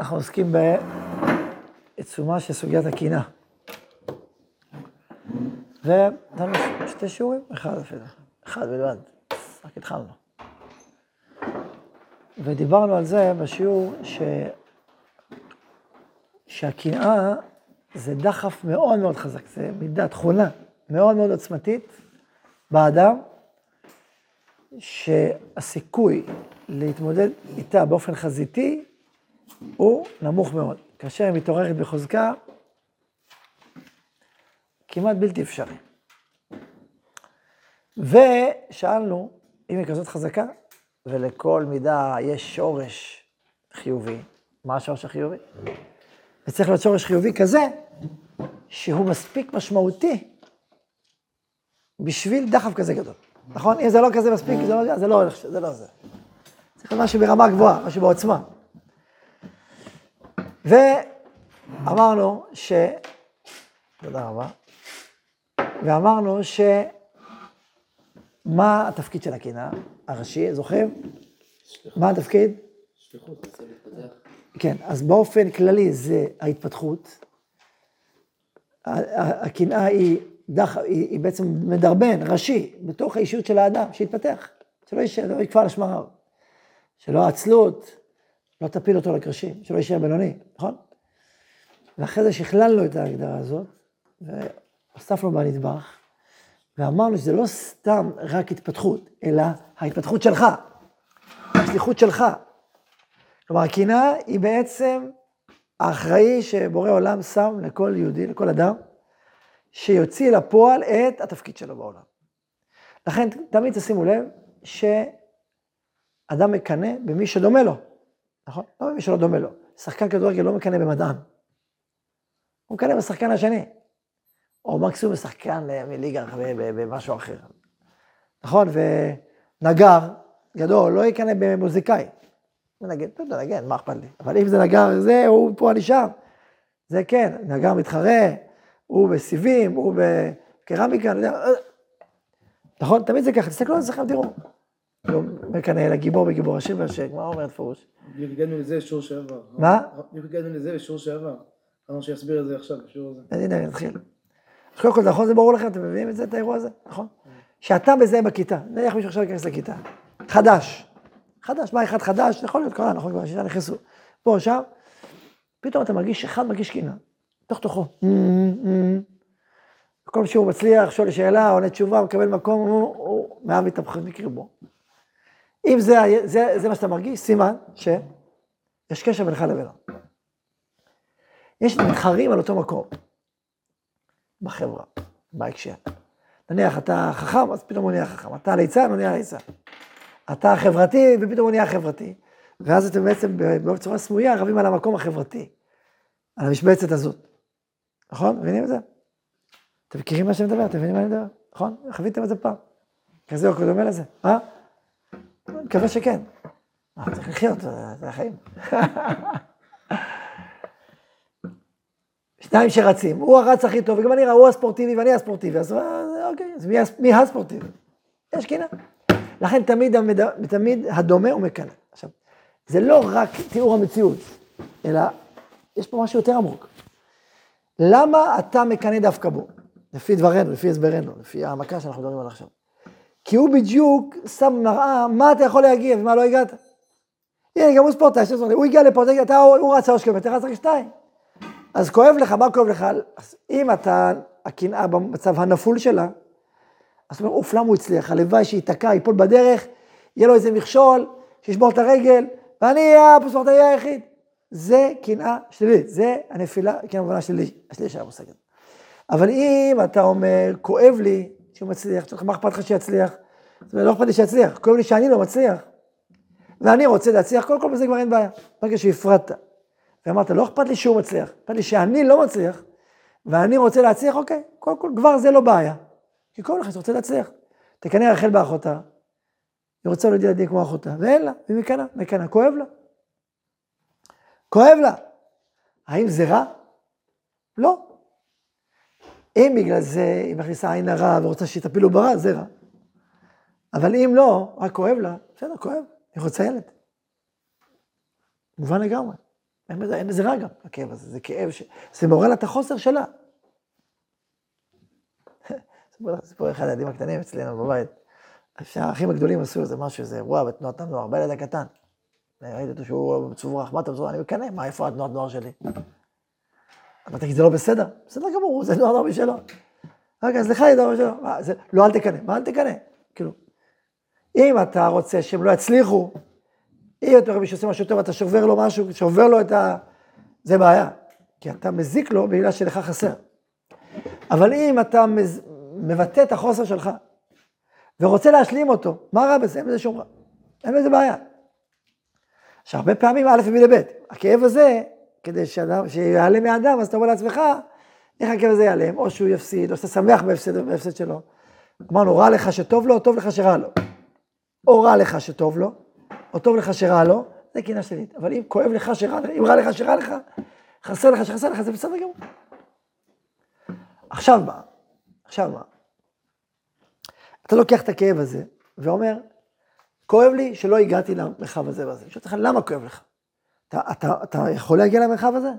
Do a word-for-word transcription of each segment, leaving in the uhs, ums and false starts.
אנחנו עוסקים בעצומה של סוגיית הקינה. ונתנו שתי שיעורים, אחד אפילו, אחד בלבד, רק התחלנו. ודיברנו על זה בשיעור ש... שהקנאה זה דחף מאוד מאוד חזק, זה מידה, תכונה מאוד מאוד עוצמתית באדם, שהסיכוי להתמודד איתה באופן חזיתי הוא נמוך מאוד. כאשר היא מתעוררת בחוזקה, כמעט בלתי אפשרי. ושאלנו, אם היא כזאת חזקה, ולכל מידה יש שורש חיובי, מה השורש החיובי? וצריך להיות שורש חיובי כזה, שהוא מספיק משמעותי, בשביל דחף כזה גדול. נכון? אם זה לא כזה מספיק, זה לא זה. לא, זה לא זה. צריך להיות משהו ברמה גבוהה, משהו בעוצמה. ואמרנו ש... תודה רבה. ואמרנו ש... מה התפקיד של הקנאה? הראשי, זוכרים? מה התפקיד? שליחות, זה להתפתח. כן, אז באופן כללי זה ההתפתחות. הקנאה היא, דח, היא, היא בעצם מדרבן, ראשי, בתוך האישיות של האדם, שיתפתח. שלא יישאר, לא יקפא על שמריו. שלא העצלות, לא תפיל אותו לקרשים, שלא יישאר בינוני, נכון? ואחרי זה שכללנו את ההגדרה הזאת, והוספנו בנדבך, ואמרנו שזה לא סתם רק התפתחות, אלא ההתפתחות שלך, השליחות שלך. כלומר, הקנאה היא בעצם האחראי שבורא עולם שם לכל יהודי, לכל אדם, שיוציא לפועל את התפקיד שלו בעולם. לכן תמיד תשימו לב שאדם מקנא במי שדומה לו, נכון? לא במי שלא דומה לו. שחקן כדורגל לא מקנא במדען. הוא מקנא בשחקן השני. או מקסימום בשחקן מליגה במשהו אחר. נכון? ונגר גדול לא יקנא במוזיקאי. הוא נגן, אתה יודע, נגן, מה אכפת לי? אבל אם זה נגר, זה, הוא פה, אני שם. זה כן, נגר מתחרה, הוא בסיבים, הוא בקרמיקה, אני יודע. נכון? תמיד זה ככה, תסתכלו על זה, תראו. הוא מקנא לגיבור בגיבור השיר והשק, מה אומרת פרוש? הגענו לזה שיעור שעבר. מה? הגענו לזה בשיעור שעבר. אמרנו שיסביר את זה עכשיו, בשיעור הזה. אז הנה, נתחיל. אז קודם כל, נכון, זה ברור לכם, אתם מבינים את זה, את האירוע הזה, נכון? שאתה בזה בכיתה, נניח מישהו עכשיו ייכנס לכיתה, חדש, חדש, מה אחד חדש, יכול להיות קרה, נכון, כבר שישה נכנסו, פה, שם, פתאום אתה מרגיש, אחד מרגיש קנאה, תוך תוכו, כל שהוא מצליח, שואל שאלה, עונה תשובה, מקבל מקום, הוא מאהב מתהפכים מקריבו. אם זה מה שאתה מרגיש, סימן שיש קשר בינך לבינו. יש מתחרים על אותו מקום. בחברה, בהקשר. נניח, אתה חכם, אז פתאום הוא נהיה חכם. אתה ליצן, הוא נהיה ליצן. אתה חברתי, ופתאום הוא נהיה חברתי. ואז אתם בעצם בצורה סמויה רבים על המקום החברתי. על המשבצת הזאת. נכון? מבינים את זה? אתם מכירים מה שאני מדבר? אתם מבינים מה אני מדבר? נכון? חוויתם את זה פעם. כזה או כדומה לזה. אה? אני מקווה שכן. צריך לחיות, זה החיים. שניים שרצים, הוא הרץ הכי טוב, וגם אני ראה, הוא הספורטיבי ואני הספורטיבי, אז אוקיי, אז מי, מי הספורטיבי? יש קנאה. לכן תמיד, תמיד הדומה הוא מקנא. עכשיו, זה לא רק תיאור המציאות, אלא יש פה משהו יותר עמוק. למה אתה מקנא דווקא בו? לפי דברנו, לפי הסברנו, לפי העמקה שאנחנו מדברים על עכשיו. כי הוא בדיוק שם מראה מה אתה יכול להגיע ומה לא הגעת. הנה, גם הוא ספורטאי, הוא הגיע לפה, הוא רץ שלוש קילומטר, רץ רק שתיים. אז כואב לך, מה כואב לך? אז אם אתה, הקנאה במצב הנפול שלה, אז הוא אומר, אוף, למה הוא הצליח? הלוואי שיתקע, ייפול בדרך, יהיה לו איזה מכשול, שישבור את הרגל, ואני אהיה הספורטאי היחיד. זה קנאה שלילית, זה הנפילה, קנאה במובן השלילי, השלילי של המושג הזה. אבל אם אתה אומר, כואב לי שהוא מצליח, מה אכפת לך שיצליח? זאת אומרת, לא אכפת לי שיצליח, כואב לי שאני לא מצליח, ואני רוצה להצליח, כל כל בזה כבר אין בעיה, ברגע שהפרדת. ואמרת, לא אכפת לי שהוא מצליח, אכפת לי שאני לא מצליח, ואני רוצה להצליח, אוקיי, כל כל, כבר זה לא בעיה. כי כל אחד רוצה להצליח. תקנא רחל באחותה, היא רוצה להוליד ילדים כמו אחותה, ואין לה, היא מקנאה, מקנאה, כואב לה. כואב לה. האם זה רע? לא. אם בגלל זה, היא מכניסה עין הרע ורוצה שיטפילו ברע, זה רע. אבל אם לא, רק כואב לה, בסדר, כואב, היא רוצה ילד. מובן לגמרי. אין בזה, אין בזה רע גם, הכאב הזה, זה כאב ש... זה מעורר לה את החוסר שלה. סיפור אחד, הילדים הקטנים אצלנו בבית, שהאחים הגדולים עשו איזה משהו, איזה אירוע בתנועת הנוער, בילד הקטן. ראיתי אותו שהוא מצוברח, מה אתה מצוברח? אני מקנא, מה, איפה התנועת נוער שלי? אמרתי, זה לא בסדר? בסדר גמור, זה נוער נוער בשלו. רגע, אז לך יהיה נוער בשלו. לא, אל תקנא, מה אל תקנא? כאילו, אם אתה רוצה שהם לא יצליחו, אם אתה רואה מישהו עושה משהו טוב, אתה שובר לו משהו, שובר לו את ה... זה בעיה. כי אתה מזיק לו בגלל שלך חסר. אבל אם אתה מז... מבטא את החוסר שלך, ורוצה להשלים אותו, מה רע בזה? אין בזה שום רע. אין בזה בעיה. שהרבה פעמים א' וב' לב', הכאב הזה, כדי שאדם, שיעלה מהאדם, אז אתה אומר לעצמך, איך הכאב הזה יעלם? או שהוא יפסיד, או שאתה שמח בהפסד, בהפסד שלו. אמרנו, רע לך שטוב לו, או טוב לך שרע לו. או רע לך שטוב לו, או טוב לך שרע לו, זה קינה שלילית. אבל אם כואב לך שרע לך, אם רע לך שרע לך, חסר לך שחסר לך, זה בסדר גמור. עכשיו מה? עכשיו מה? אתה לוקח את הכאב הזה, ואומר, כואב לי שלא הגעתי למרחב הזה והזה. שואל אותך, למה כואב לך? אתה, אתה, אתה יכול להגיע למרחב הזה?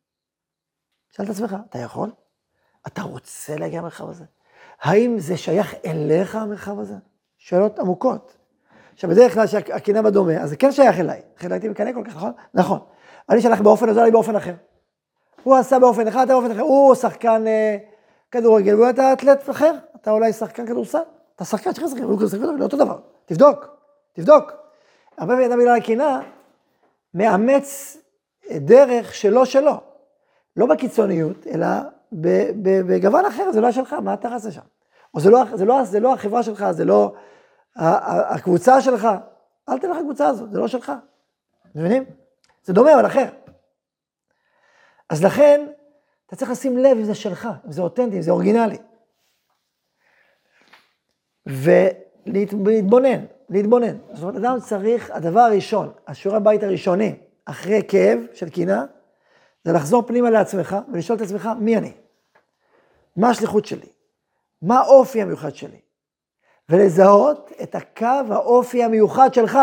שאל את עצמך, אתה יכול? אתה רוצה להגיע למרחב הזה? האם זה שייך אליך המרחב הזה? שאלות עמוקות. עכשיו, בדרך כלל שהקנאה בדומה, אז זה כן שייך אליי. אחרי הייתי מקנא כל כך, נכון? נכון. אני שלח באופן הזה, אני באופן אחר. הוא עשה באופן אחד, אתה באופן אחר. הוא שחקן אה, כדורגל, והוא אתה אתלט אחר. אתה אולי שחקן כדורסל. אתה שחקן שחקן שחקן, הוא שחקן כדורגל, לא אותו דבר. תבדוק, תבדוק. הרבה פעמים בגלל הקנאה, מאמץ דרך שלא שלו. לא בקיצוניות, אלא בגוון אחר, זה לא שלך, מה אתה רצה שם? או זה לא, זה לא, זה לא החברה שלך, זה לא הקבוצה שלך, אל תלך לקבוצה הזאת, זה לא שלך. מבינים? זה דומה, אבל אחר. אז לכן, אתה צריך לשים לב אם זה שלך, אם זה אותנטי, אם זה אורגינלי. ולהתבונן, להתבונן. זאת אומרת, אדם צריך, הדבר הראשון, השיעורי הבית הראשוני, אחרי כאב של קנאה, זה לחזור פנימה לעצמך ולשאול את עצמך, מי אני? מה השליחות שלי? מה האופי המיוחד שלי? ולזהות את הקו האופי המיוחד שלך.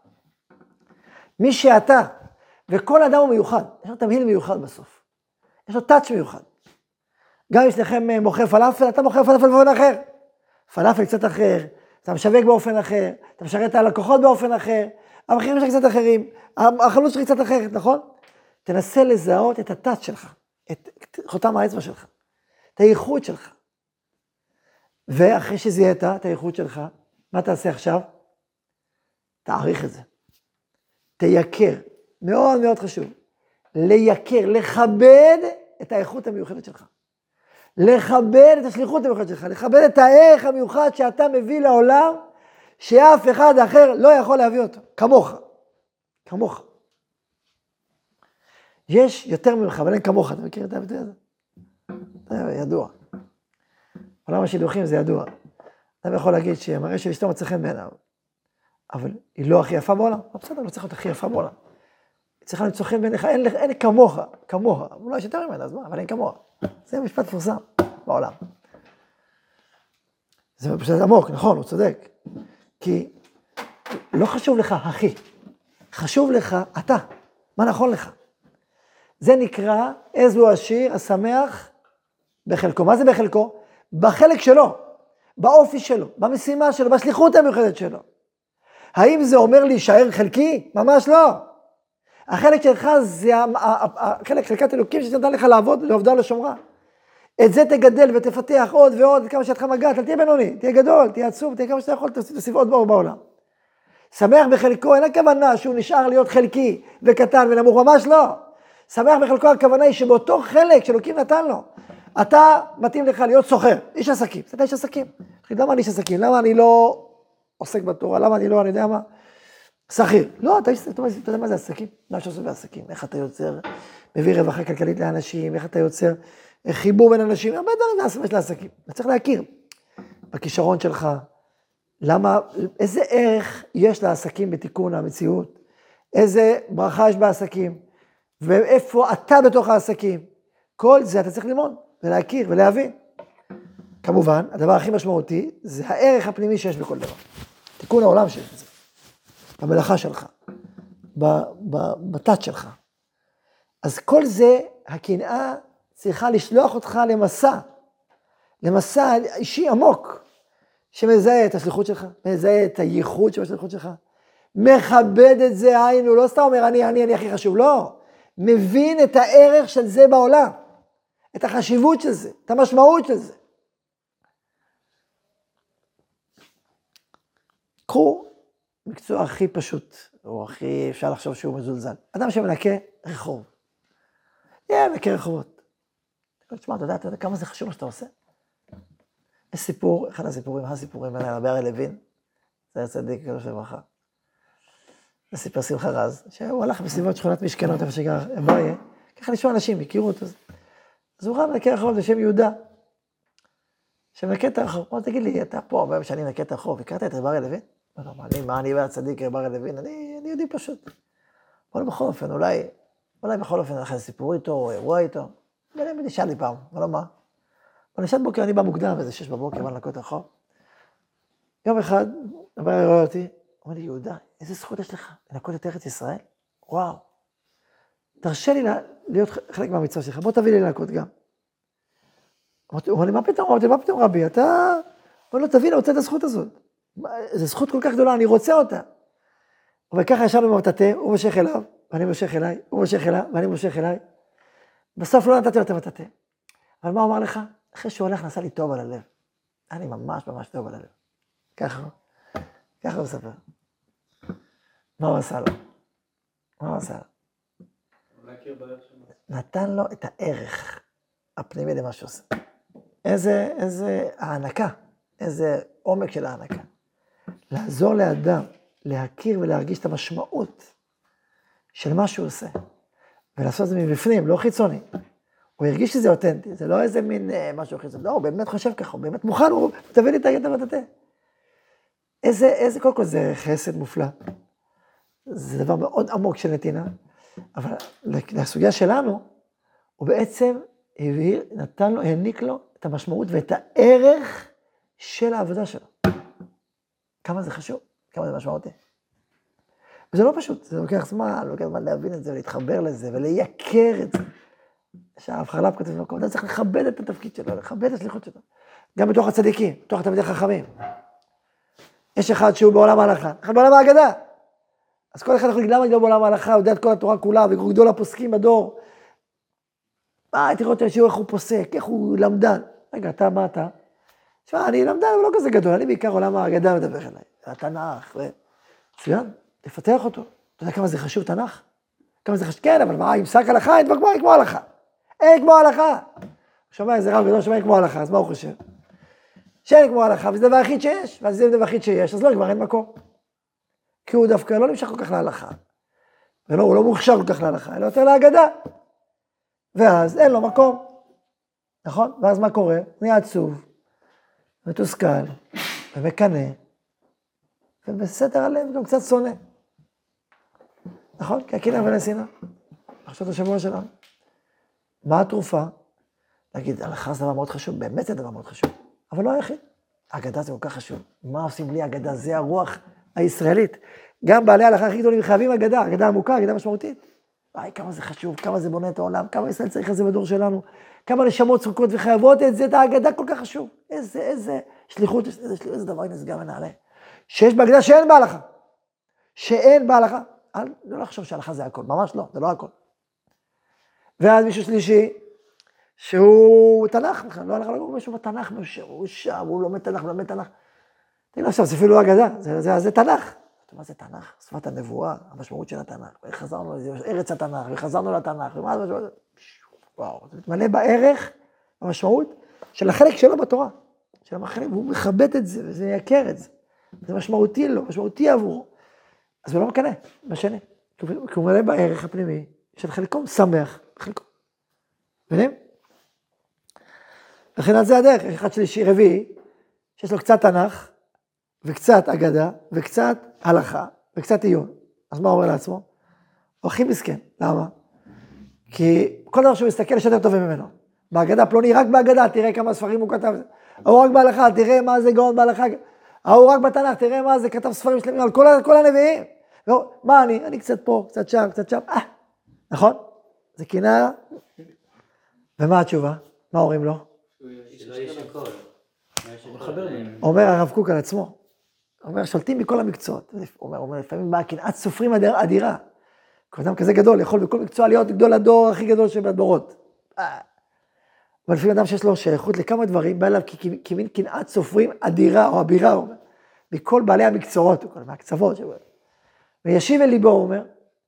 מי שאתה, וכל אדם הוא מיוחד, יש לו תמהיל מיוחד בסוף. יש לו טאץ' מיוחד. גם אם שניכם מוכר פלאפל, אתה מוכר פלאפל באופן אחר. פלאפל קצת אחר, אתה משווק באופן אחר, אתה משרת את הלקוחות באופן אחר, המחירים שלך קצת אחרים, החנות שלך קצת אחרת, נכון? תנסה לזהות את הטאץ' שלך, את חותם האצבע שלך, את הייחוד שלך. ואחרי שזיהית את הייחוד שלך, מה תעשה עכשיו? תעריך את זה. תייקר, מאוד מאוד חשוב, לייקר, לכבד את האיכות המיוחדת שלך. לכבד את השליחות המיוחדת שלך, לכבד את הערך המיוחד שאתה מביא לעולם, שאף אחד אחר לא יכול להביא אותו, כמוך, כמוך. יש יותר ממך, אבל אין כמוך, אתה מכיר את ההבדל הזה? זה ידוע. עולם השידוכים זה ידוע. אתה יכול להגיד שהמראה של אשתו מצא חן בעיניו, אבל היא לא הכי יפה בעולם? לא בסדר, לא צריך להיות הכי יפה בעולם. היא צריכה למצוא חן בעיניך, אין, אין כמוך, כמוך. אולי יש יותר ממנה, אז מה? אבל אין כמוך. זה משפט פורסם בעולם. זה פשוט עמוק, נכון, הוא צודק. כי לא חשוב לך הכי, חשוב לך אתה, מה נכון לך. זה נקרא איזו השיר השמח בחלקו. מה זה בחלקו? בחלק שלו, באופי שלו, במשימה שלו, בשליחות המיוחדת שלו. האם זה אומר להישאר חלקי? ממש לא. החלק שלך זה החלק, חלקת אלוקים שנתן לך לעבוד, לעובדה לשומרה. את זה תגדל ותפתח עוד ועוד, כמה שאתך מגעת, אל תהיה בינוני, תהיה גדול, תהיה עצוב, תהיה כמה שאתה יכול, תוסיף עוד באור בעולם. שמח בחלקו, אין הכוונה שהוא נשאר להיות חלקי וקטן ונמוך, ממש לא. שמח בחלקו, הכוונה היא שבאותו חלק שאלוקים נתן לו, אתה מתאים לך להיות סוחר, איש עסקים, אתה איש עסקים. למה אני איש עסקים? למה אני לא עוסק בתורה? למה אני לא, אני יודע מה? שכיר. לא, אתה, אתה, אתה יודע מה זה עסקים? מה שעושה בעסקים? איך אתה יוצר, מביא רווחה כלכלית לאנשים, איך אתה יוצר חיבור בין אנשים, הרבה דברים יש לעסקים. אתה צריך להכיר בכישרון שלך, למה, איזה ערך יש לעסקים בתיקון המציאות, איזה ברכה יש בעסקים, ואיפה אתה בתוך העסקים. כל זה אתה צריך ללמוד ולהכיר ולהבין. כמובן, הדבר הכי משמעותי זה הערך הפנימי שיש בכל דבר. תיקון העולם שיש בזה. במלאכה שלך, בטאץ' שלך. אז כל זה, הקנאה צריכה לשלוח אותך למסע, למסע אישי עמוק, שמזהה את השליחות שלך, מזהה את הייחוד של השליחות שלך, מכבד את זה, היינו, לא סתם אומר, אני, אני, אני הכי חשוב, לא. מבין את הערך של זה בעולם, את החשיבות של זה, את המשמעות של זה. קחו מקצוע הכי פשוט, או הכי אפשר לחשוב שהוא מזולזל. אדם שמנקה רחוב. יהיה, מנקה רחובות. תשמע, אתה יודע, אתה יודע כמה זה חשוב מה שאתה עושה? יש סיפור, אחד הסיפורים, הסיפורים, רבי אריה לוין, זה היה צדיק, קדוש לברכה. זה סיפר שמחה רז, שהוא הלך בסביבות שכונת משכנות, איפה שגר אבריה, ככה לשמוע אנשים, הכירו אותו. אז הוא רב מנקה רחוב בשם יהודה, שמנקה את הרחוב. בוא תגיד לי, אתה פה, הרבה שאני מנקה את הרחוב, הכרת את רבי אריה לוין? לא, מה אני, מה אני והצדיק רבי אריה לוין? אני, אני יודעים פשוט. אבל בכל אופן, אולי, אולי בכל אופן, היה סיפור איתו, או אירוע איתו. ואני נשאל לי פעם, אבל לא מה? אבל נשאל בוקר, אני בא מוקדם, וזה שש בבוקר, בא לנקות את הרחוב. יום אחד, רבי אריה רואה אותי, אומר לי, יהודה, איזה זכות יש לך לנקות את ארץ ישראל? וואו. תרשה לי להיות חלק מהמצווה שלך, בוא תביא לי לנקות גם. הוא אומר לי, מה פתאום, אמרתי, מה פתאום רבי, אתה... בוא לא תביא, אני רוצה את הזכות הזאת. זו זכות כל כך גדולה, אני רוצה אותה. וככה ישבנו במטאטא, הוא מושך אליו, ואני מושך אליי, הוא מושך אליו, ואני מושך אליי. בסוף לא נתתי לו את המטאטא. אבל מה הוא אמר לך? אחרי שהוא הולך, נעשה לי טוב על הלב. אני ממש ממש טוב על הלב. ככה, ככה הוא מספר. מה הוא עשה לו? מה הוא עשה לו? נתן לו את הערך הפנימי למה שהוא עושה. איזה, איזה הענקה, איזה עומק של הענקה. לעזור לאדם, להכיר ולהרגיש את המשמעות של מה שהוא עושה. ולעשות את זה מבפנים, לא חיצוני. הוא הרגיש שזה אותנטי, זה לא איזה מין אה, משהו חיצוני. לא, הוא באמת חושב ככה, הוא באמת מוכן, הוא תביא לי את הידע ותתה. איזה, איזה, קודם כל זה חסד מופלא. זה דבר מאוד עמוק של נתינה. אבל לסוגיה שלנו, הוא בעצם הבהיר, נתן לו, העניק לו את המשמעות ואת הערך של העבודה שלו. כמה זה חשוב, כמה זה משמעותי. וזה לא פשוט, זה לוקח זמן, לוקח זמן להבין את זה, להתחבר לזה ולייקר את זה. שהרב חרל"פ כותב במקום, אתה צריך לכבד את התפקיד שלו, לכבד את השליחות שלו. גם בתוך הצדיקים, בתוך התלמידי חכמים. יש אחד שהוא בעולם ההלכה, אחד בעולם ההגדה. אז כל אחד יכול להגיד, למה אני לא בעולם ההלכה, הוא יודע את כל התורה כולה, וגדול הפוסקים בדור. מה, הייתי רואה שיעור איך הוא פוסק, איך הוא למדן. רגע, אתה, מה אתה? תשמע, אני למדן, אבל לא כזה גדול, אני בעיקר עולם ההגדה מדבר אליי. התנ"ך, ו... מצוין, לפתח אותו. אתה יודע כמה זה חשוב, תנ"ך? כמה זה חשוב? כן, אבל מה, אם שק הלכה, אין כמו, אין כמו הלכה. אין כמו הלכה. שומע, איזה רב גדול, שומע, אין כמו הלכה, אז מה הוא חושב? שאין כמו הלכה, וזה דבר היחיד שיש, ואז זה דבר היחיד שיש, אז לא, כבר אין מקום. כי הוא דווקא לא נמשך כל כך להלכה. ולא, הוא לא מוכשר כל כך להלכה, אלא יותר להגדה. ואז אין לו מקום. נכון? ואז מה קורה? נהיה עצוב, מתוסכל, ומקנא, ובסתר הלב גם קצת שונא. נכון? כי הקנאה והשנאה. עכשיו השבוע שלנו. מה התרופה? להגיד, הלכה זה דבר מאוד חשוב, באמת זה דבר מאוד חשוב. אבל לא היחיד. ההגדה זה כל כך חשוב. מה עושים בלי הגדה? זה הרוח הישראלית. גם בעלי ההלכה הכי גדולים חייבים הגדה, הגדה עמוקה, הגדה משמעותית. וואי, כמה זה חשוב, כמה זה בונה את העולם, כמה ישראל צריך את זה בדור שלנו, כמה נשמות צחוקות וחייבות את זה, את ההגדה כל כך חשוב. איזה, איזה שליחות, איזה, איזה דבר נשגב ונעלה. שיש בהגדה שאין בהלכה. שאין בהלכה. אל, לא לחשוב שההלכה זה הכל, ממש לא, זה לא הכל. ואז מישהו שלישי, שהוא תנ"ך, לא הלכה, לא משהו בתנ"ך, הוא שם, הוא לומד תנ"ך, הוא לומד תנ"ך. תגיד עכשיו, זה אפילו לא הגדה, זה, זה, זה תנ"ך. מה זה תנ"ך? שפת הנבואה, המשמעות של התנ"ך. וחזרנו לזה, ארץ התנ"ך, וחזרנו לתנ"ך, ומה זה משמעות? וואו, זה מתמלא בערך, המשמעות של החלק שלו בתורה. של המחלק, והוא מכבד את זה, וזה יקר את זה. זה משמעותי לו, משמעותי עבורו. אז הוא לא מקנא, בשני. כי הוא מלא בערך הפנימי של חלקו, שמח בחלקו. מבינים? לכן על זה הדרך, אחד שלישי רביעי, שיש לו קצת תנ"ך, וקצת אגדה, וקצת הלכה, וקצת עיון. אז מה הוא אומר לעצמו? הוא הכי מסכן. למה? כי כל דבר שהוא מסתכל יש יותר טוב ממנו. בהגדה פלוני, רק בהגדה, תראה כמה ספרים הוא כתב. הוא רק בהלכה, תראה מה זה גאון בהלכה. הוא רק בתנ"ך, תראה מה זה, כתב ספרים שלמים על כל, כל הנביאים. מה אני? אני קצת פה, קצת שם, קצת שם. אה, נכון? זה קנאה, ומה התשובה? מה אומרים לו? שלא יש הכל. אומר הרב קוק על עצמו, הוא אומר, שולטים בכל המקצועות. הוא אומר, הוא אומר, לפעמים באה קנאת סופרים אדירה. כל אדם כזה גדול, יכול בכל מקצוע להיות גדול הדור הכי גדול שבדורות. אבל לפעמים אדם שיש לו שייכות לכמה דברים, בא אליו כמין קנאת סופרים אדירה או אבירה, הוא אומר, מכל בעלי המקצועות, מהקצוות. וישיב אל ליבו, הוא אומר,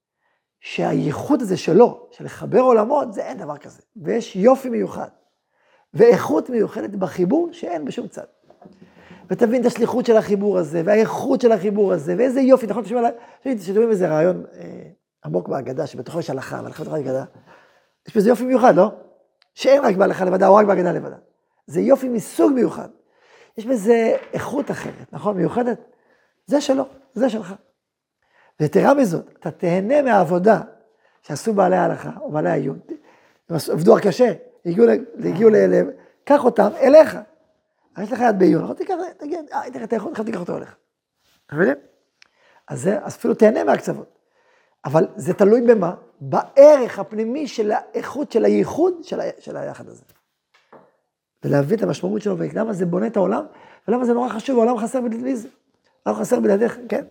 שהייחוד הזה שלו, של לחבר עולמות, זה אין דבר כזה. ויש יופי מיוחד, ואיכות מיוחדת בחיבור שאין בשום צד. ותבין את השליחות של החיבור הזה, והאיכות של החיבור הזה, ואיזה יופי, נכון? שדומים איזה רעיון אה, עמוק בהגדה, שבתוכו יש הלכה, והלכה בתוכו יש הגדה. יש בזה יופי מיוחד, לא? שאין רק בהלכה לבדה, או רק בהגדה לבדה. זה יופי מסוג מיוחד. יש בזה איכות אחרת, נכון? מיוחדת. זה שלו, זה שלך. ויתרה מזאת, אתה תהנה מהעבודה שעשו בעלי ההלכה, או בעלי העיון. הם עבדו קשה, הגיעו, הגיעו ל... ל... קח אותם אליך. יש לך יד בעיון, תיקח, תגיד, אה, תיקח, אתה יכול, תיקח אותו אליך. אתה מבין? אז זה, אז אפילו תהנה מהקצוות. אבל זה תלוי במה? בערך הפנימי של האיכות, של הייחוד של, ה... של היחד הזה. ולהבין את המשמעות שלו, ולמה זה בונה את העולם, ולמה זה נורא חשוב, העולם חסר בלי זה. העולם חסר בלעדיך, כן.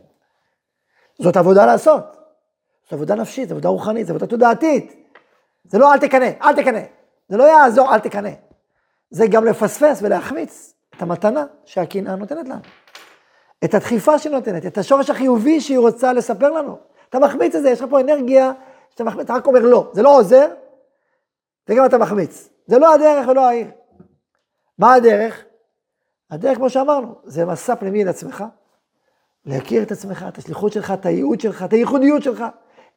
זאת עבודה לעשות. זאת עבודה נפשית, זאת עבודה רוחנית, זאת עבודה תודעתית. זה לא אל תקנה, אל תקנה. זה לא יעזור, אל תקנה. זה גם לפספס ולהחמיץ את המתנה שהקנאה נותנת לנו. את הדחיפה שהיא נותנת, את השורש החיובי שהיא רוצה לספר לנו. אתה מחמיץ את זה, יש לך פה אנרגיה, שאתה מחמיץ, אתה רק אומר לא, זה לא עוזר, וגם אתה מחמיץ. זה לא הדרך ולא העיר. מה הדרך? הדרך, כמו שאמרנו, זה מסע פנימי לעצמך, להכיר את עצמך, את השליחות שלך, את הייעוד שלך, את הייחודיות שלך,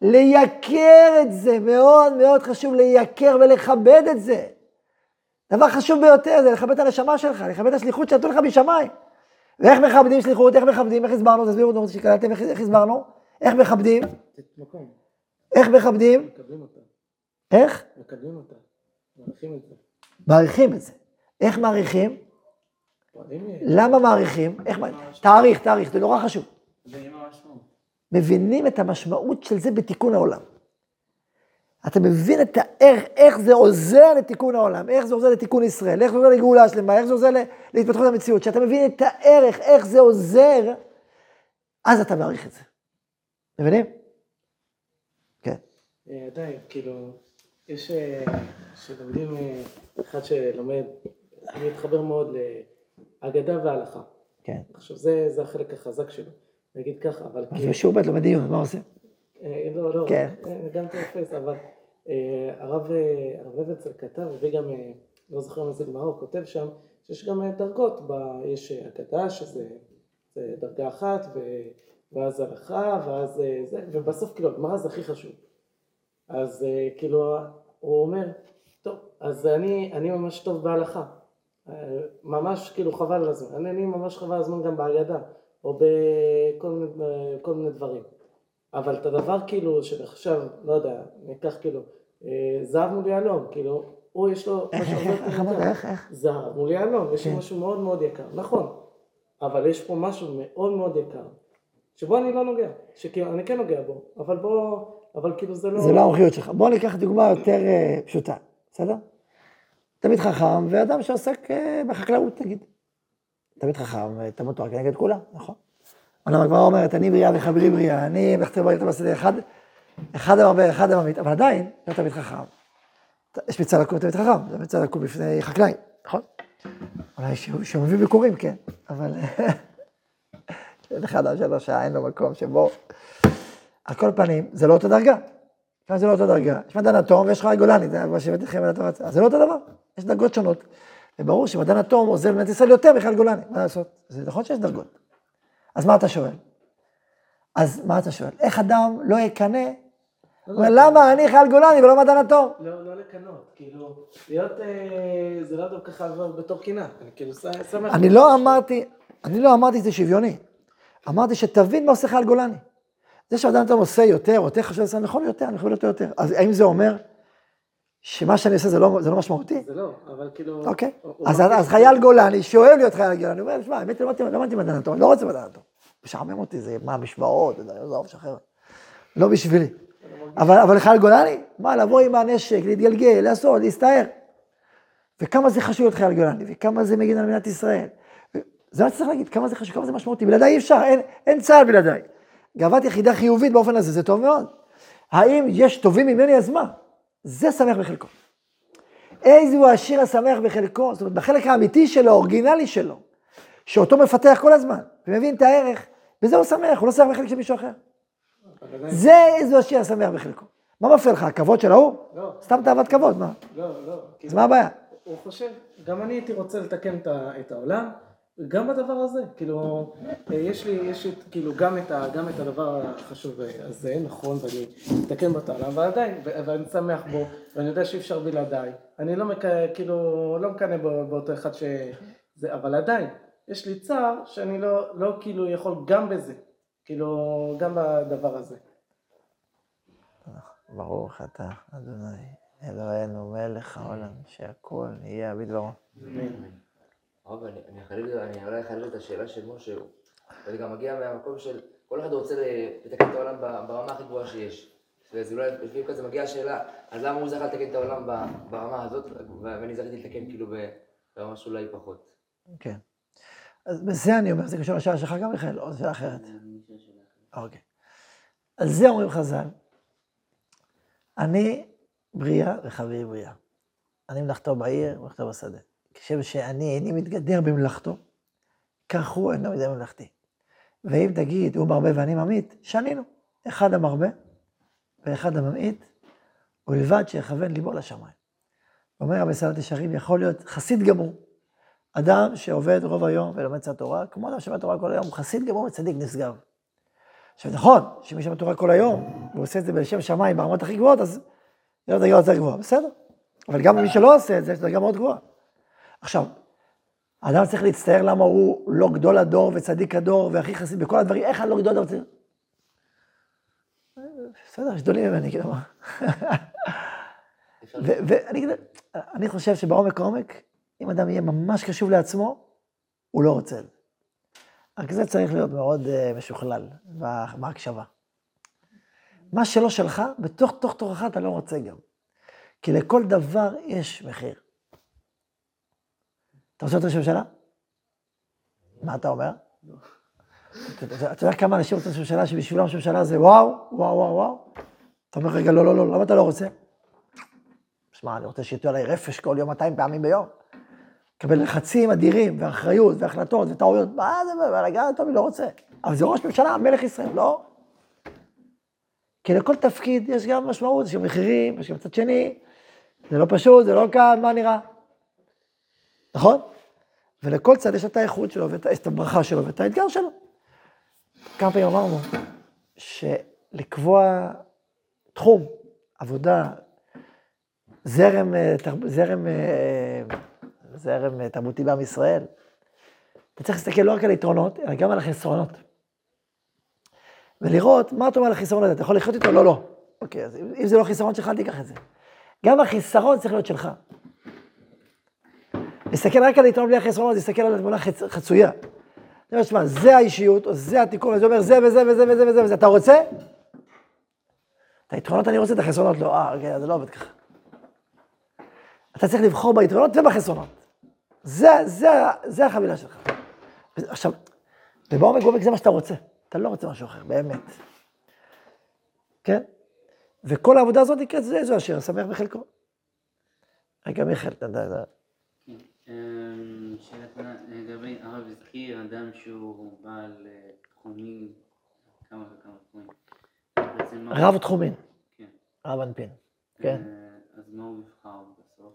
לייקר את זה, מאוד מאוד חשוב לייקר ולכבד את זה. דבר חשוב ביותר זה לכבד את הנשמה שלך, לכבד את השליחות שנתנו לך משמיים. ואיך מכבדים שליחות, איך מכבדים, איך הסברנו, תסבירו אותנו שקלטתם, איך הסברנו, איך מכבדים? מקום. איך מכבדים? מקבלים אותה. איך? מקבלים אותה. מעריכים את זה. מעריכים את זה. איך מעריכים? למה מעריכים? איך מעריכים? תאריך, תאריך, זה נורא חשוב. מבינים את המשמעות של זה בתיקון העולם. אתה מבין את הערך, איך זה עוזר לתיקון העולם, איך זה עוזר לתיקון ישראל, איך זה עוזר לגאולה השלמה, איך זה עוזר להתפתחות המציאות. כשאתה מבין את הערך, איך זה עוזר, אז אתה מעריך את זה. מבינים? כן. עדיין, כאילו, יש שלומדים, אחד שלומד, אני מתחבר מאוד להגדה וההלכה. כן. עכשיו, זה, זה החלק החזק שלו. נגיד ככה, אבל... אז בשיעור ב' לומד דיון, מה עושה? לא, לא, כן. גם תופס, אבל הרב אבנצל כתב, וגם, לא זוכר מה זה גמרא, הוא כותב שם, שיש גם דרגות, יש הגדה, שזה דרגה אחת, ואז הלכה, ואז זה, ובסוף, כאילו, הגמרא זה הכי חשוב. אז כאילו, הוא אומר, טוב, אז אני, אני ממש טוב בהלכה. ממש כאילו חבל על הזמן, אני, אני ממש חבל על הזמן גם בהגדה, או בכל מיני, כל מיני דברים. אבל את הדבר כאילו שעכשיו, לא יודע, ניקח כאילו, זהב מול יהלום, כאילו, הוא יש לו... איך, איך, איך, איך? זהב מול יהלום, יש לו משהו מאוד מאוד יקר, נכון, אבל יש פה משהו מאוד מאוד יקר, שבו אני לא נוגע, שכאילו, אני כן נוגע בו, אבל בוא, אבל כאילו זה לא... זה לא המומחיות שלך. בוא ניקח דוגמה יותר פשוטה, בסדר? תמיד חכם, ואדם שעוסק בחקלאות, תגיד. תמיד חכם, תמות תורה כנגד כולם, נכון? אבל הגמרא אומרת, אני בריאה וחברי בריאה, אני בכתב בריאה בשדה, אחד, אחד המרבה, אחד הממית, אבל עדיין, לא תמיד חכם. יש מצד לקום תמיד חכם, זה מצד לקום בפני חקלאים, נכון? אולי שהוא מביא ביקורים, כן, אבל... אחד או שלוש שעה, אין לו מקום שבו... על כל פנים, זה לא אותו דרגה. זה לא אותו דרגה. יש מדען אטום ויש חי גולני, זה מה שהבאתי לכם על התורה. אז זה לא אותו דבר. יש דרגות שונות. וברור שמדען אטום עוזר למדינת ישראל יותר מחייל גולני. מה לעשות? זה נכון שיש דרגות. אז מה אתה שואל? אז מה אתה שואל? איך אדם לא יקנה? למה אני חייל גולני ולא מדען אטום? לא, לא לקנות. כאילו, להיות, זה לא דווקא חייב בתור קינה. אני כאילו שמח. אני לא אמרתי, אני לא אמרתי שזה שוויוני. אמרתי שתבין מה עושה חייל גולני. זה שעדיין אתה עושה יותר, או יותר חשוב לעשות, נכון יותר, אני יכול להיות יותר. אז האם זה אומר שמה שאני עושה זה לא, זה לא משמעותי? זה לא, אבל כאילו... אוקיי. אז, אז חייל גולני, שאוהב להיות חייל גולני, הוא אומר, שמע, האמת, לא למדתי מדען אטום, לא רוצה מדען אטום. משעמם אותי, זה מה, משוואות, זה עזוב, שחרר. לא בשבילי. אבל, אבל חייל גולני, מה, לבוא עם הנשק, להתגלגל, לעשות, להסתער. וכמה זה חשוב להיות חייל גולני, וכמה זה מגן על מדינת ישראל. זה מה שצריך להגיד, כמה זה חשוב, כמה זה משמעותי. בלעדיי אי אפשר, אין, אין צה"ל בלעדיי. גאוות יחידה חיובית באופן הזה, זה טוב מאוד. האם יש טובים ממני, אז מה? זה שמח בחלקו. איזהו השיר השמח בחלקו, זאת אומרת, בחלק האמיתי שלו, האורגינלי שלו, שאותו מפתח כל הזמן, ומבין את הערך, וזה הוא שמח, הוא לא שמח בחלק של מישהו אחר. זה איזהו השיר השמח בחלקו. מה מפריע לך, הכבוד של ההוא? לא. סתם תאוות כבוד, מה? לא, לא. אז מה הבעיה? הוא חושב, גם אני הייתי רוצה לתקן את העולם, גם בדבר הזה, כאילו, יש לי, יש לי, כאילו, גם את, ה, גם את הדבר החשוב הזה, נכון, ואני מתקן באותו עולם, ועדיין, ואני שמח בו, ואני יודע שאי אפשר בלעדיי. אני לא מק... כאילו, לא מקנה באותו אחד שזה, אבל עדיין, יש לי צער שאני לא, לא כאילו יכול גם בזה, כאילו, גם בדבר הזה. ברוך אתה, אדוני, אלוהינו, מלך העולם, שהכל יהיה בדברו. רב, אני אולי אחדד את השאלה של משה, ואני גם מגיע מהמקום של כל אחד רוצה לתקן את העולם ברמה הכי גבוהה שיש. אז אולי לפעמים כזה מגיעה השאלה, אז למה הוא זכה לתקן את העולם ברמה הזאת, ואני זכיתי לתקן כאילו ברמה שאולי פחות. כן. אז בזה אני אומר, זה קשור לשאלה שלך גם מיכאל, או שאלה אחרת? אוקיי. על זה אומרים חז"ל, אני בריאה וחברי בריאה. אני מלאכתו בעיר ומלאכתו בשדה. כשם שאני איני מתגדר במלאכתו, כך הוא אינו מתגדר במלאכתי. ואם תגיד, הוא מרבה ואני ממעיט, שנינו. אחד המרבה ואחד הממעיט, ולבד שיכוון ליבו לשמיים. אומר רבי סלט ישרים, יכול להיות חסיד גמור. אדם שעובד רוב היום ולומד קצת תורה, כמו אדם שלומד תורה כל היום, הוא חסיד גמור וצדיק נשגב. עכשיו נכון, שמי שלומד תורה כל היום, והוא עושה את זה בשם שמיים ברמות הכי גבוהות, אז זה לא דרגה יותר גבוהה, בסדר. אבל גם מי שלא עושה את זה, יש דרגה מאוד גבוהה. עכשיו, האדם צריך להצטער למה הוא לא גדול הדור וצדיק הדור והכי חסיד בכל הדברים, איך אני לא גדול הדור וצדיק? בסדר, יש גדולים ממני, כאילו מה. ואני חושב שבעומק העומק, אם אדם יהיה ממש קשוב לעצמו, הוא לא רוצה. רק זה צריך להיות מאוד משוכלל בהקשבה. מה שלא שלך, בתוך תוך תורך אתה לא רוצה גם. כי לכל דבר יש מחיר. אתה רוצה להיות ראש ממשלה? מה אתה אומר? אתה יודע כמה אנשים רוצים ראש ממשלה שבשבילם ראש ממשלה זה וואו, וואו, וואו, וואו. אתה אומר רגע, לא, לא, לא, למה אתה לא רוצה? שמע, אני רוצה שיתו עליי רפש כל יום, מאתיים פעמים ביום. קבל לחצים אדירים, ואחריות, והחלטות, וטעויות. מה זה, ולגע, טוב, אני לא רוצה. אבל זה ראש ממשלה, מלך ישראל, לא? כי לכל תפקיד יש גם משמעות, יש גם מחירים, יש גם צד שני. זה לא פשוט, זה לא קל, מה נראה? נכון? ולכל צד יש את האיכות שלו, ואת הברכה שלו, ואת האתגר שלו. כמה פעמים אמרנו, שלקבוע תחום, עבודה, זרם, זרם, זרם תרבותי בעם ישראל, אתה צריך להסתכל לא רק על היתרונות, אלא גם על החסרונות. ולראות מה אתה אומר על החיסרון הזה, אתה יכול לחיות איתו? לא, לא. אוקיי, אז אם זה לא חיסרון שלך, אל תיקח את זה. גם החיסרון צריך להיות שלך. להסתכל רק על היתרון בלי החסרונות, להסתכל על התמונה חצויה. אתה אומר, שמה, זה האישיות, או זה התיקון, וזה אומר, זה וזה וזה וזה וזה וזה, אתה רוצה? את היתרונות אני רוצה, את החסרונות לא. אה, אוקיי, זה לא עובד ככה. אתה צריך לבחור ביתרונות ובחסרונות. זה, זה, זה החבילה שלך. עכשיו, ובעומק עומק זה מה שאתה רוצה. אתה לא רוצה משהו אחר, באמת. כן? וכל העבודה הזאת נקראת, זה איזו השיר, שמח בחלקו. רגע, מיכאל, אתה יודע. שאלה לגבי הרב הזכיר, אדם שהוא בעל תחומים, כמה וכמה תחומים. רב תחומים. כן. רב אנפין. כן. אז מה הוא יבחר בסוף?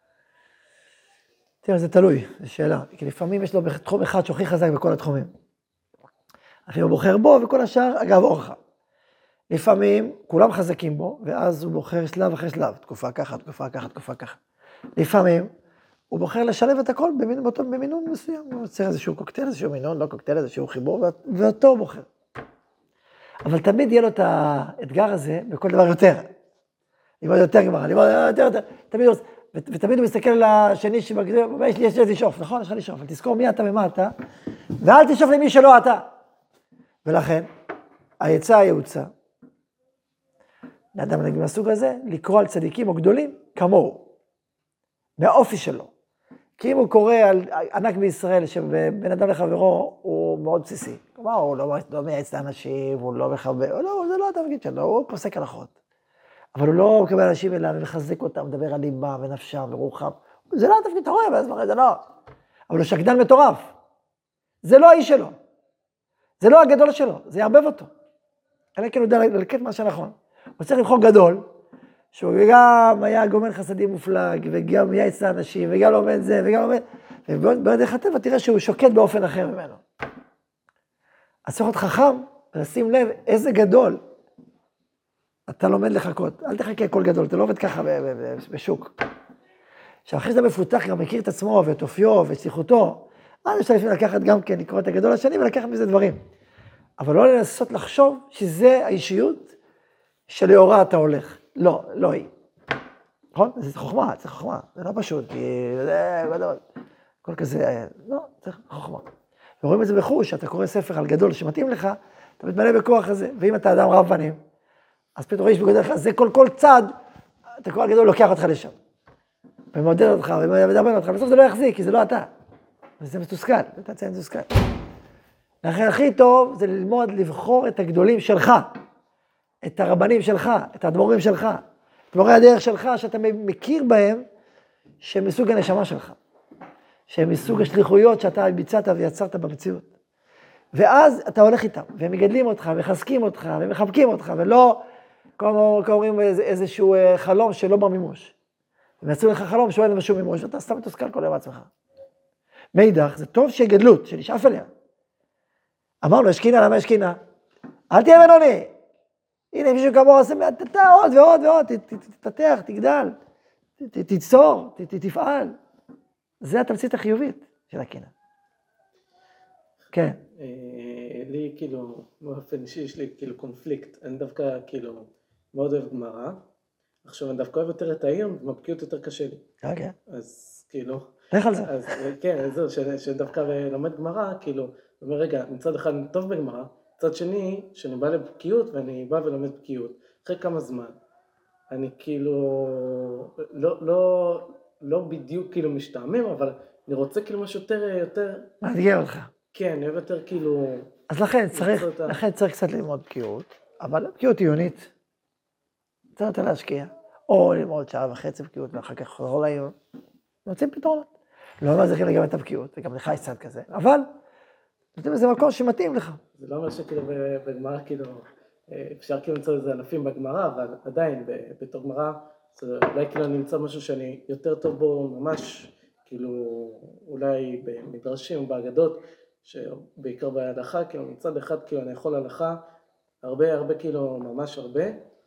תראה, זה תלוי, זו שאלה. כי לפעמים יש לו תחום אחד שהכי חזק בכל התחומים. אחרי הוא בוחר בו, וכל השאר, אגב, אורחה. לפעמים כולם חזקים בו, ואז הוא בוחר שלב אחרי שלב. תקופה ככה, תקופה ככה, תקופה ככה. לפעמים הוא בוחר לשלב את הכל במינון, במינון מסוים. הוא רוצה איזשהו קוקטייל, איזשהו מינון, לא קוקטייל, איזשהו חיבור, ואותו הוא בוחר. אבל תמיד יהיה לו את האתגר הזה בכל דבר יותר. לימוד יותר גמרא, לימוד יותר יותר, תמיד, ותמיד הוא מסתכל על השני שבגזיר, יש לי, יש לי לשאוף, נכון? יש לך לשאוף, אבל תזכור מי אתה ומה אתה, ואל תשאוף למי שלא אתה. ולכן, העצה הייעוצה, לאדם מהסוג הזה, לקרוא על צדיקים או גדולים כמוהו, מהאופי שלו. כי אם הוא קורא על ענק בישראל, שבן אדם לחברו הוא מאוד בסיסי, כלומר, הוא לא, לא מייעץ לאנשים, הוא לא מחבר, לא, זה לא התפקיד שלו, הוא פוסק הלכות. אבל הוא לא מקבל אנשים אליו ומחזק אותם, מדבר על ליבם ונפשם ורוחם. זה לא התפקיד, אתה רואה, זה לא. אבל הוא שקדן מטורף. זה לא האיש שלו. זה לא הגדול שלו, זה יערבב אותו. אלא כן הוא יודע ללקט מה שנכון. הוא צריך לבחור גדול, שהוא גם היה גומן חסדים מופלג, וגם מייעץ לאנשים, וגם לא עומד זה, וגם עומד... ובעוד איך הטבע תראה שהוא שוקד באופן אחר ממנו. אז צריך להיות חכם, ולשים לב איזה גדול אתה לומד לחכות. אל תחכה כל גדול, אתה לא עובד ככה בשוק. עכשיו, אחרי שאתה מפותח, גם מכיר את עצמו, ואת אופיו, ואת שליחותו, אז אפשר לפעמים לקחת גם כן, לקרוא את הגדול השני, ולקחת מזה דברים. אבל לא לנסות לחשוב שזה האישיות שלאורה אתה הולך. לא, לא היא. נכון? זה חוכמה, זה חוכמה. זה לא פשוט, כי זה גדול. כל כזה, לא, זה חוכמה. ורואים את זה בחוש, אתה קורא ספר על גדול שמתאים לך, אתה מתמלא בכוח הזה. ואם אתה אדם רב פנים, אז פתאום רואים שבגדול לך, זה כל, כל צד, אתה קורא גדול לוקח אותך לשם. ומעודד אותך, ומדבר אותך, בסוף זה לא יחזיק, כי זה לא אתה. וזה מתוסכל, אתה ציין מתוסכל. לכן הכי טוב זה ללמוד לבחור את הגדולים שלך, את הרבנים שלך, את האדמו"רים שלך, את מורי הדרך שלך, שאתה מכיר בהם, שהם מסוג הנשמה שלך, שהם מסוג השליחויות שאתה ביצעת ויצרת במציאות. ואז אתה הולך איתם, והם מגדלים אותך, ומחזקים אותך, ומחבקים אותך, ולא, כמו אומרים, איזשהו חלום שלא במימוש. הם יצאו לך חלום שהוא אין להם שום מימוש, ואתה סתם מתוסכל כל יום עצמך. מידך, זה טוב שיהיה גדלות, שנשאף אליה. אמרנו, יש קינה, למה יש קינה? אל תהיה בינוני. הנה, מישהו כמוה עושה, אתה עוד ועוד ועוד, תתפתח, תגדל, תיצור, תפעל. זה התמצית החיובית של הקינה. כן. לי כאילו, באופן אישי, יש לי כאילו קונפליקט. אני דווקא כאילו מאוד אוהב גמרא. עכשיו, אני דווקא אוהב יותר את העיון, ובבקיאות יותר קשה לי. אוקיי. אז כאילו... לך על זה. אז כן, זהו, שדווקא לומד גמרא, כאילו, אומר, רגע, מצד אחד אני טוב בגמרא, מצד שני, שאני בא לבקיאות, ואני בא ולומד בקיאות. אחרי כמה זמן, אני כאילו, לא, לא, לא בדיוק כאילו משתעמם, אבל אני רוצה כאילו משהו יותר, יותר... מאתגר אותך. כן, אני אוהב יותר כאילו... אז לכן צריך, לכן צריך קצת ללמוד בקיאות, אבל בקיאות עיונית, צריך יותר להשקיע, או ללמוד שעה וחצי בקיאות, ואחר כך חזור לעיון, מוצאים פתרונות. לא מזריכים לגמרי את הבקיאות, וגם לך יש צד כזה, אבל נותנים איזה מקום שמתאים לך. זה לא אומר שכאילו בגמרא, כאילו, אפשר כאילו למצוא איזה אלפים בגמרא, אבל עדיין, בתור גמרא, אולי כאילו אני אמצא משהו שאני יותר טוב בו ממש, כאילו, אולי במדרשים או באגדות, שבעיקר בהלכה, כאילו, מצד אחד, כאילו, אני יכול הלכה, הרבה, הרבה, כאילו, ממש הרבה,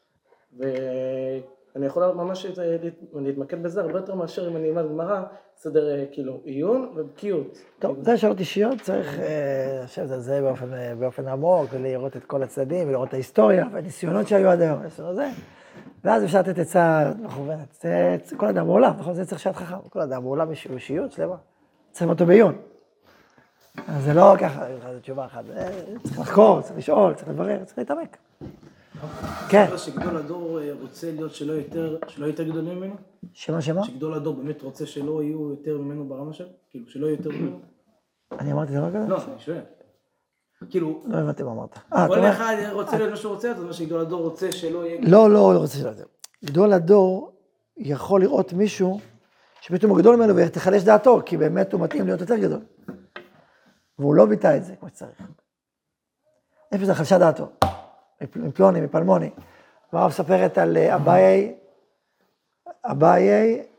ואני יכול ממש להתמקד בזה הרבה יותר מאשר אם אני אלמד גמרא, סדר, כאילו, עיון ובקיאות. טוב, זה שאלות אישיות, צריך לשבת על זה באופן עמוק, ולראות את כל הצדדים, ולראות את ההיסטוריה, והניסיונות שהיו עד היום, ואז אפשר לתת עצה מכוונת. כל אדם בעולם, נכון? זה צריך שעת חכם, כל אדם בעולם יש אישיות שלמה, צריך אותו בעיון. אז זה לא ככה, זו תשובה אחת, צריך לחקור, צריך לשאול, צריך לברר, צריך להתעמק. כן. שגדול הדור רוצה להיות שלא יותר, שלא יותר גדולים ממנו? שמה, שמה? שגדול הדור באמת רוצה שלא יהיו יותר ממנו ברמה שלו? כאילו, שלא יהיו יותר ממנו? אני אמרתי דבר כזה? לא, אני שואל. כאילו... לא הבנתי מה אמרת. כל אחד רוצה להיות מה שהוא רוצה, אז מה שגדול הדור רוצה שלא יהיה... לא, לא, לא רוצה שלא יהיה. גדול הדור יכול לראות מישהו שפתאום הוא גדול ממנו ותחלש דעתו, כי באמת הוא מתאים להיות יותר גדול. והוא לא ביטא את זה כמו שצריך. איפה זה חלשה דעתו? מפלוני, מפלמוני. מה מספרת על אביי, אביי,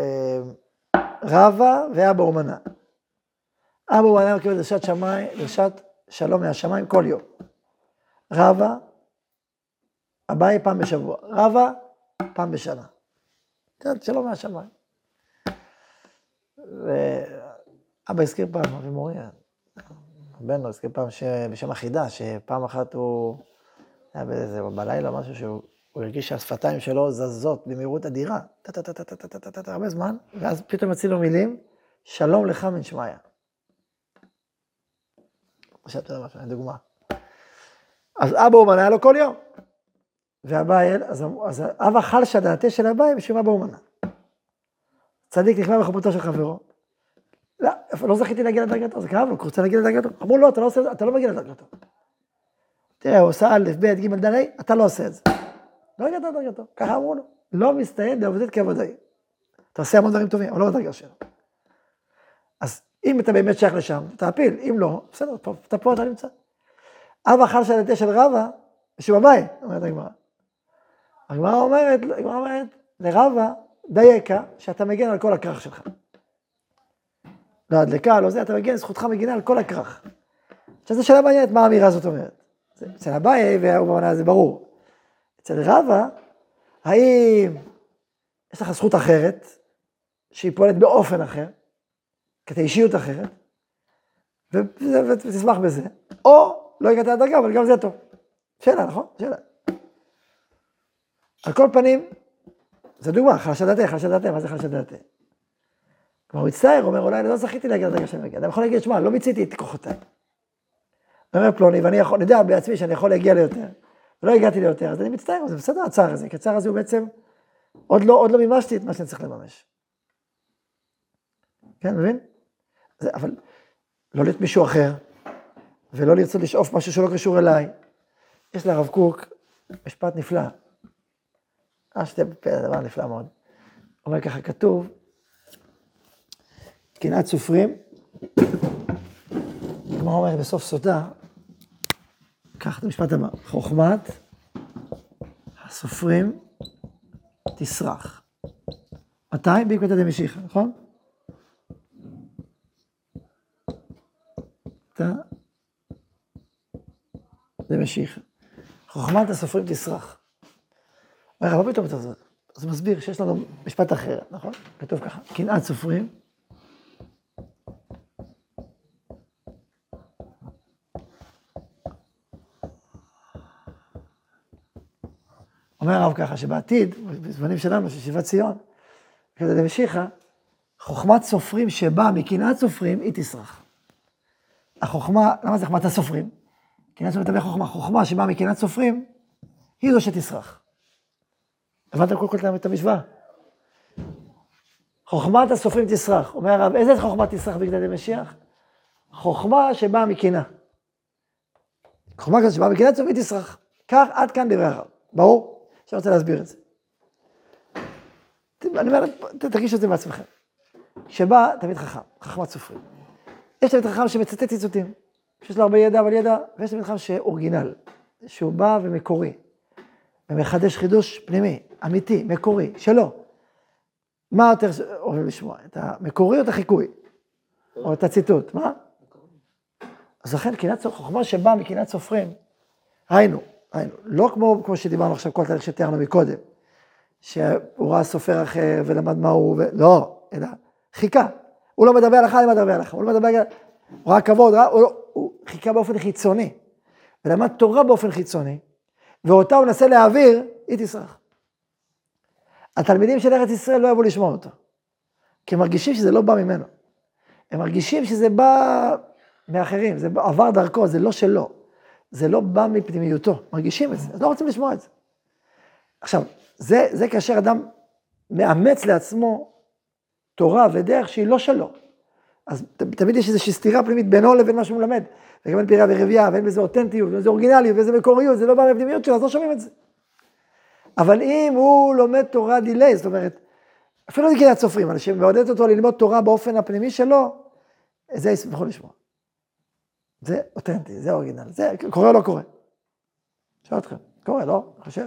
רבא ואבא אומנה. אבא אומנה מקבל דרשת שמיים, דרשת שלום מהשמיים כל יום. רבא, אביי פעם בשבוע. רבא, פעם בשנה. תראה, שלום מהשמיים. ואבא הזכיר פעם, אבי מוריה, בן לו הזכיר פעם בשם החידה, שפעם אחת הוא... היה באיזה בלילה משהו שהוא הרגיש שהשפתיים שלו זזות במהירות אדירה, טה-טה-טה-טה-טה-טה-טה, הרבה זמן, ואז פתאום יצאו לו מילים, שלום לך מן שמעיה. חשבתי על משהו, דוגמה. אז אבא אומן היה לו כל יום. ואביי, אז, אז אב אכל שדעתי של אביי משום מה באומנה. צדיק נכנע בחופתו של חברו. לא, לא זכיתי להגיע לדרגתו, זה כאב לו, הוא רוצה להגיע לדרגתו. אמרו לו, אתה לא, עושה, אתה לא מגיע לדרגתו. תראה, הוא עושה א', ב', ג', ד', אתה לא עושה את זה. לא הגעת לדרגתו, ככה אמרו לו. לא מסתייד לעבודית כעבודאי. אתה עושה המון דברים טובים, אבל לא בדרגה שלו. אז אם אתה באמת שייך לשם, תעפיל, אם לא, בסדר, אתה פה, אתה נמצא. אב אכל שדעתי של רבא, משום אביי, אומרת הגמרא. הגמרא אומרת, הגמרא אומרת, לרבא, דייקה, שאתה מגן על כל הכרך שלך. לא הדלקה, לא זה, אתה מגן, זכותך מגינה על כל הכרך. עכשיו זו שאלה מעניינת, מה האמירה הזאת אומרת? אצל אביי, והוא במנה זה ברור. אצל רבא, האם יש לך זכות אחרת, שהיא פועלת באופן אחר, כדי אישיות אחרת, ותשמח בזה, או לא הגעת לדרגה, אבל גם זה טוב. שאלה, נכון? שאלה. על כל פנים, זה דוגמה, חלשת דעתי, חלשת דעתי, מה זה חלשת דעתי? כלומר, הוא הצטער, הוא אומר, אולי אני לא זכיתי להגיע לדרגה שאני מגיע. אני יכול להגיד, שמע, לא מיציתי את כוחותיי. אני אומר פלוני, ואני יכול, אני יודע בעצמי שאני יכול להגיע ליותר, ולא הגעתי ליותר, אז אני מצטער, זה בסדר הצער הזה, כי הצער הזה הוא בעצם, עוד לא, עוד לא מימשתי את מה שאני צריך לממש. כן, מבין? זה, אבל לא להיות מישהו אחר, ולא לרצות לשאוף משהו שלא קשור אליי. יש לרב קוק משפט נפלא. אה, שתי בפה, זה דבר נפלא מאוד. אומר ככה, כתוב, קנאת סופרים, כמו אומר בסוף סודה, קח את המשפט הבא, חוכמת הסופרים תסרח. מתי? בעקבתא דמשיחא, נכון? אתה דמשיחא. חוכמת הסופרים תסרח. אומר, מה פתאום אתה זאת? אז הוא מסביר שיש לנו משפט אחר, נכון? כתוב ככה, קנאת סופרים. אומר הרב ככה, שבעתיד, בזמנים שלנו, של שיבת ציון, כדי דמשיחא, חוכמת סופרים שבאה מקנאת סופרים, היא תסרח. החוכמה, למה זה חוכמת הסופרים? קנאת סופרים תביא חוכמה, חוכמה שבאה מקנאת סופרים, היא זו שתסרח. הבנת כל כל את המשוואה? חוכמת הסופרים תסרח. אומר הרב, איזה חוכמה תסרח בגלל דמשיח? חוכמה שבאה מקנאה. חוכמה כזאת שבאה מקנאת סופרים תסרח. כך עד כאן דברי הרב. ברור? עכשיו רוצה להסביר את זה. אני אומר, תרגישו את זה בעצמכם. שבא תמיד חכם, חכמת סופרים. יש תמיד חכם שמצטט ציטוטים, שיש לו הרבה ידע, אבל ידע, ויש תמיד חכם שאורגינל, שהוא בא ומקורי, ומחדש חידוש פנימי, אמיתי, מקורי, שלו. מה יותר אוהבים לשמוע? את המקורי או את החיקוי? או את הציטוט, מה? אז לכן, חוכמה שבאה מקנאת סופרים, היינו, היינו, לא כמו, כמו שדיברנו עכשיו, כל תהליך שתיארנו מקודם, שהוא ראה סופר אחר ולמד מה הוא, ו... לא, אלא חיכה. הוא לא מדבר עליך, אני מדבר עליך, הוא לא מדבר עליך, הוא ראה כבוד, ראה, הוא, לא, הוא חיכה באופן חיצוני, ולמד תורה באופן חיצוני, ואותה הוא נסה להעביר, היא תסרח. התלמידים של ארץ ישראל לא אהבו לשמוע אותו, כי הם מרגישים שזה לא בא ממנו. הם מרגישים שזה בא מאחרים, זה עבר דרכו, זה לא שלו. זה לא בא מפנימיותו, מרגישים את זה, אז לא רוצים לשמוע את זה. עכשיו, זה, זה כאשר אדם מאמץ לעצמו תורה ודרך שהיא לא שלו. אז תמיד יש איזושהי סתירה פנימית בינו לבין מה שהוא מלמד. וגם אין פירה ורבייה, ואין בזה אותנטיות, ואין בזה אורגינליות, ואין בזה מקוריות, זה לא בא מהפנימיות שלו, אז לא שומעים את זה. אבל אם הוא לומד תורה דילי, זאת אומרת, אפילו זה קנאת סופרים, אנשים מעודדת אותו ללמוד תורה באופן הפנימי שלו, זה ישמחו לשמוע. זה אותנטי, זה אורגינל, זה קורה או לא קורה? שאל אתכם, קורה, לא? חושב.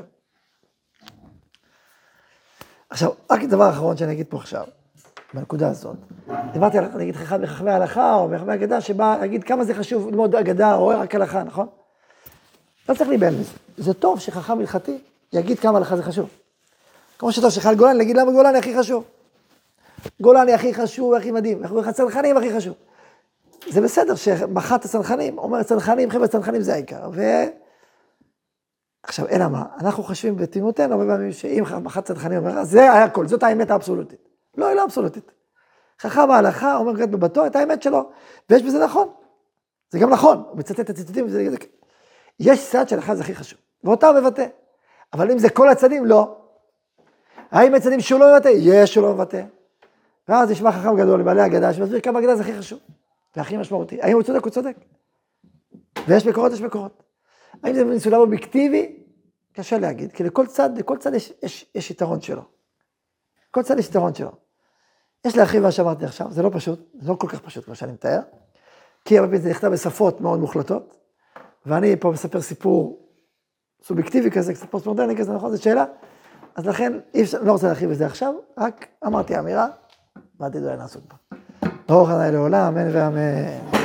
עכשיו, רק דבר אחרון שאני אגיד פה עכשיו, בנקודה הזאת. דיברתי על, נגיד, אחד מחכמי ההלכה, או מחכמי האגדה, שבא להגיד כמה זה חשוב ללמוד אגדה, או רק הלכה, נכון? לא צריך להיבהל מזה. זה טוב שחכם הלכתי יגיד כמה הלכה זה חשוב. כמו שטוב שחייל גולני, להגיד למה גולני הכי חשוב. גולני הכי חשוב, הכי מדהים, הצנחנים הכי חשוב. זה בסדר שמח"ט הצנחנים, אומר הצנחנים, חבר'ה הצנחנים זה העיקר. ו... עכשיו, אלא מה? אנחנו חושבים בתמימותנו, הרבה פעמים שאם מח"ט הצנחנים אומר, זה היה הכל, זאת האמת האבסולוטית. לא, היא לא אבסולוטית. חכם ההלכה אומר גרד בבתו את האמת שלו, ויש בזה נכון. זה גם נכון, הוא מצטט את הציטוטים, וזה... יש צד של אחד זה הכי חשוב, ואותה הוא מבטא. אבל אם זה כל הצדדים, לא. האם הצדדים שהוא לא מבטא? יש, שהוא לא מבטא. ואז נשמע חכם גדול לבעלי הגדה, שמסביר כמה הגדה זה הכי חשוב, והכי משמעותי. האם הוא צודק? הוא צודק. ויש מקורות, יש מקורות. האם זה מסולם אובייקטיבי? קשה להגיד, כי לכל צד, לכל צד יש, יש, יש יתרון שלו. כל צד יש יתרון שלו. יש להרחיב מה שאמרתי עכשיו, זה לא פשוט, זה לא כל כך פשוט כמו שאני מתאר, כי הרבה פעמים זה נכתב בשפות מאוד מוחלטות, ואני פה מספר סיפור סובייקטיבי כזה, קצת פוסט-מודרני כזה, נכון? זו שאלה. אז לכן, לא רוצה להרחיב את זה עכשיו, רק אמרתי אמירה, ועתיד אולי נעסוק בה. ברוך ה' לעולם, אמן ואמן.